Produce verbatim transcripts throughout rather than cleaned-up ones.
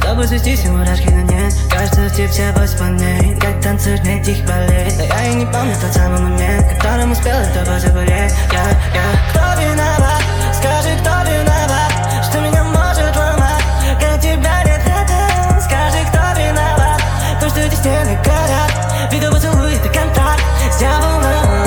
тобой свестись и мурашки на нет. Кажется, в тебе вся вось планет. Как танцуешь на этих балет. Да я и не помню тот самый момент, которым успел с тобой заболеть. Я, я Кто виноват? Скажи, кто виноват? Что меня может ломать, когда тебя нет рядом? Скажи, кто виноват? То, что эти стены горят. Виду поцелуй, это контакт с дьяволом.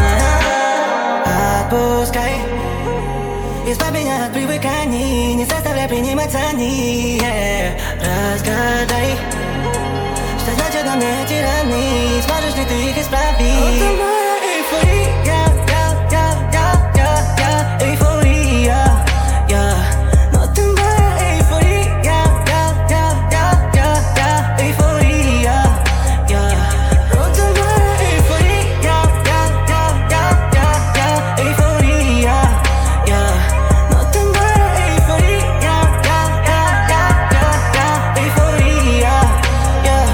Отпускай, избавь меня от привыканий, не заставляй принимать они. yeah. Разгадай, что значит на мне эти раны. Сможешь ли ты их исправить? Это моя эйфория, я, я, я, я, я, эйфория, я. Но ты моя эйфория, я, я, я, я, я, эйфория, я. Но ты моя эйфория, я, я, я, я, я, эйфория, я. Но ты моя эйфория, я, я, я, я, я, эйфория, я.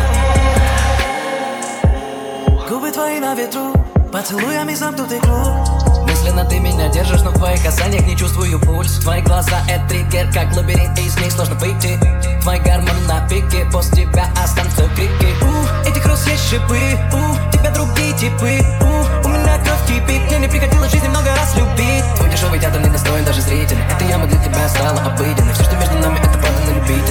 Губы твои на ветру, поцелуями замкнутый круг. Мысленно ты меня держишь, но в твоих касаниях не чувствую пульс. Твои глаза — это триггер, как лабиринт, из них сложно выйти. Твой гормон на пике, после тебя останутся крики. У, этих роз есть шипы, у тебя другие типы. У, у меня кровь кипит, мне не приходилось в жизни много раз любить. Твой дешевый театр не достоин даже зрителя. Эта яма для тебя стала обыденной. Все, что между нами, это правда на любителя.